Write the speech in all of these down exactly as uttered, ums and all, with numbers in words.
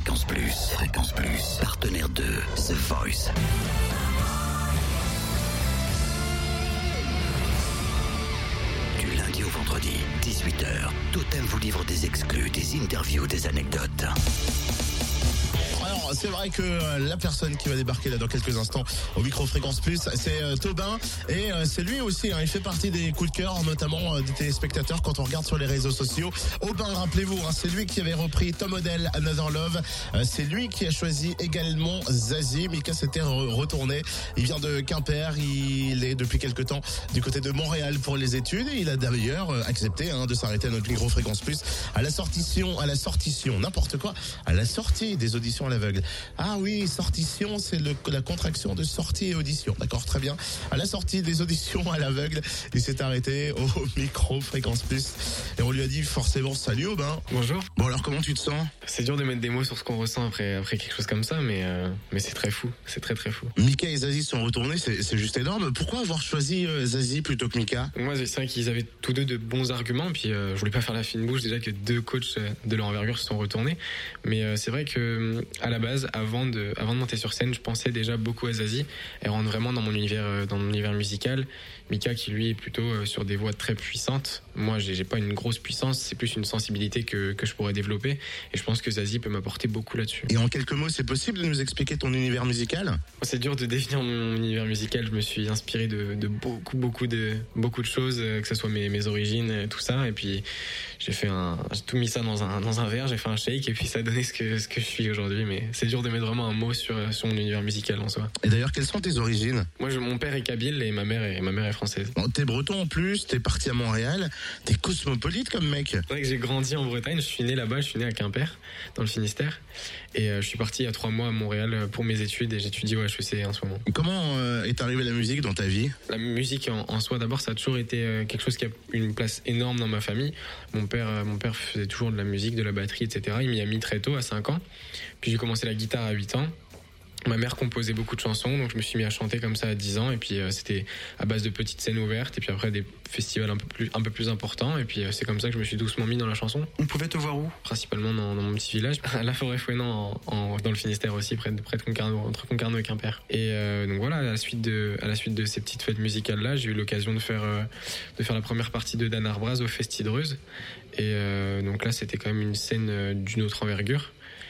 Fréquence Plus. Fréquence Plus, partenaire de The Voice. Du lundi au vendredi, dix-huit heures, Totem vous livre des exclus, des interviews, des anecdotes. Alors, c'est vrai que euh, la personne qui va débarquer là dans quelques instants au micro Fréquence Plus, c'est euh, Tobin, et euh, c'est lui aussi, hein, il fait partie des coups de cœur, notamment euh, des téléspectateurs quand on regarde sur les réseaux sociaux. Aubin, rappelez-vous, hein, c'est lui qui avait repris Tom Odell, Another Love, euh, c'est lui qui a choisi également Zazie. Mika s'était re- retourné, il vient de Quimper, il est depuis quelques temps du côté de Montréal pour les études, et il a d'ailleurs euh, accepté hein, de s'arrêter à notre micro Fréquence Plus à la sortition, à la sortition, n'importe quoi, à la sortie des auditions à l'aveugle. Ah oui, sortition, c'est le, la contraction de sortie et audition. D'accord, très bien. À la sortie des auditions à l'aveugle, il s'est arrêté au micro Fréquence Plus. Et on lui a dit forcément salut Aubin. Bonjour. Bon alors comment tu te sens? C'est dur de mettre des mots sur ce qu'on ressent après, après quelque chose comme ça, mais, euh, mais c'est très fou. C'est très très fou. Mika et Zazie sont retournés, c'est, c'est juste énorme. Pourquoi avoir choisi euh, Zazie plutôt que Mika? Moi, c'est vrai qu'ils avaient tous deux de bons arguments, puis euh, je voulais pas faire la fine bouche déjà que deux coachs de leur envergure se sont retournés. Mais euh, c'est vrai que à la base, avant de, avant de monter sur scène, je pensais déjà beaucoup à Zazie. Elle rentre vraiment dans mon univers, dans mon univers musical. Mika qui lui est plutôt sur des voix très puissantes. Moi, j'ai, j'ai pas une grosse puissance, c'est plus une sensibilité que, que je pourrais développer. Et je pense que Zazie peut m'apporter beaucoup là-dessus. Et en quelques mots, c'est possible de nous expliquer ton univers musical? C'est dur de définir mon univers musical. Je me suis inspiré de, de beaucoup, beaucoup de, beaucoup de choses, que ce soit mes, mes origines, tout ça. Et puis, j'ai fait un, j'ai tout mis ça dans un, dans un verre, j'ai fait un shake, et puis ça a donné ce que, ce que je suis aujourd'hui. Mais c'est dur de mettre vraiment un mot sur, sur mon univers musical en soi. Et d'ailleurs, quelles sont tes origines? Moi, je, mon père est kabyle et ma mère est, ma mère est française. Bon, t'es breton en plus, t'es parti à Montréal, t'es cosmopolite comme mec. C'est vrai que j'ai grandi en Bretagne, je suis né là-bas, je suis né à Quimper, dans le Finistère. Et euh, je suis parti il y a trois mois à Montréal pour mes études et j'étudie au H E C en ce moment. Comment euh, est arrivée la musique dans ta vie? La musique en, en soi, d'abord, ça a toujours été euh, quelque chose qui a une place énorme dans ma famille. Mon père, euh, mon père faisait toujours de la musique, de la batterie, et cetera. Il m'y a mis très tôt, à cinq ans. Puis j'ai commencé la guitare à huit ans. Ma mère composait beaucoup de chansons, donc je me suis mis à chanter comme ça à dix ans, et puis euh, c'était à base de petites scènes ouvertes, et puis après des festivals un peu plus, un peu plus importants, et puis euh, c'est comme ça que je me suis doucement mis dans la chanson. On pouvait te voir où? Principalement dans, dans mon petit village, à la Forêt-Fouesnant, en, en, dans le Finistère aussi, près de, près de Concarneau, entre Concarneau et Quimper. Et euh, donc voilà, à la suite de, à la suite de ces petites fêtes musicales-là, j'ai eu l'occasion de faire, euh, de faire la première partie de Dan Arbraz au Festidreuse, et euh, donc là c'était quand même une scène euh, d'une autre envergure.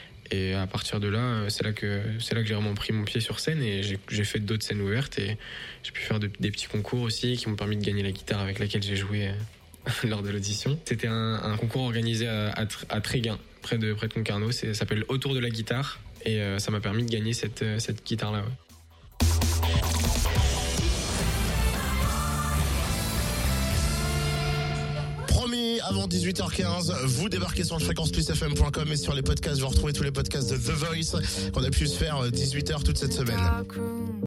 Et à partir de là, c'est là que c'est là que j'ai vraiment pris mon pied sur scène et j'ai, j'ai fait d'autres scènes ouvertes et j'ai pu faire de, des petits concours aussi qui m'ont permis de gagner la guitare avec laquelle j'ai joué lors de l'audition. C'était un, un concours organisé à, à, à Tréguin, près de près de Concarneau. C'est, ça s'appelle Autour de la guitare et euh, ça m'a permis de gagner cette cette guitare là. Ouais. Avant dix-huit heures quinze, vous débarquez sur le fréquence plus f m point com et sur les podcasts, vous retrouvez tous les podcasts de The Voice qu'on a pu se faire dix-huit heures toute cette semaine.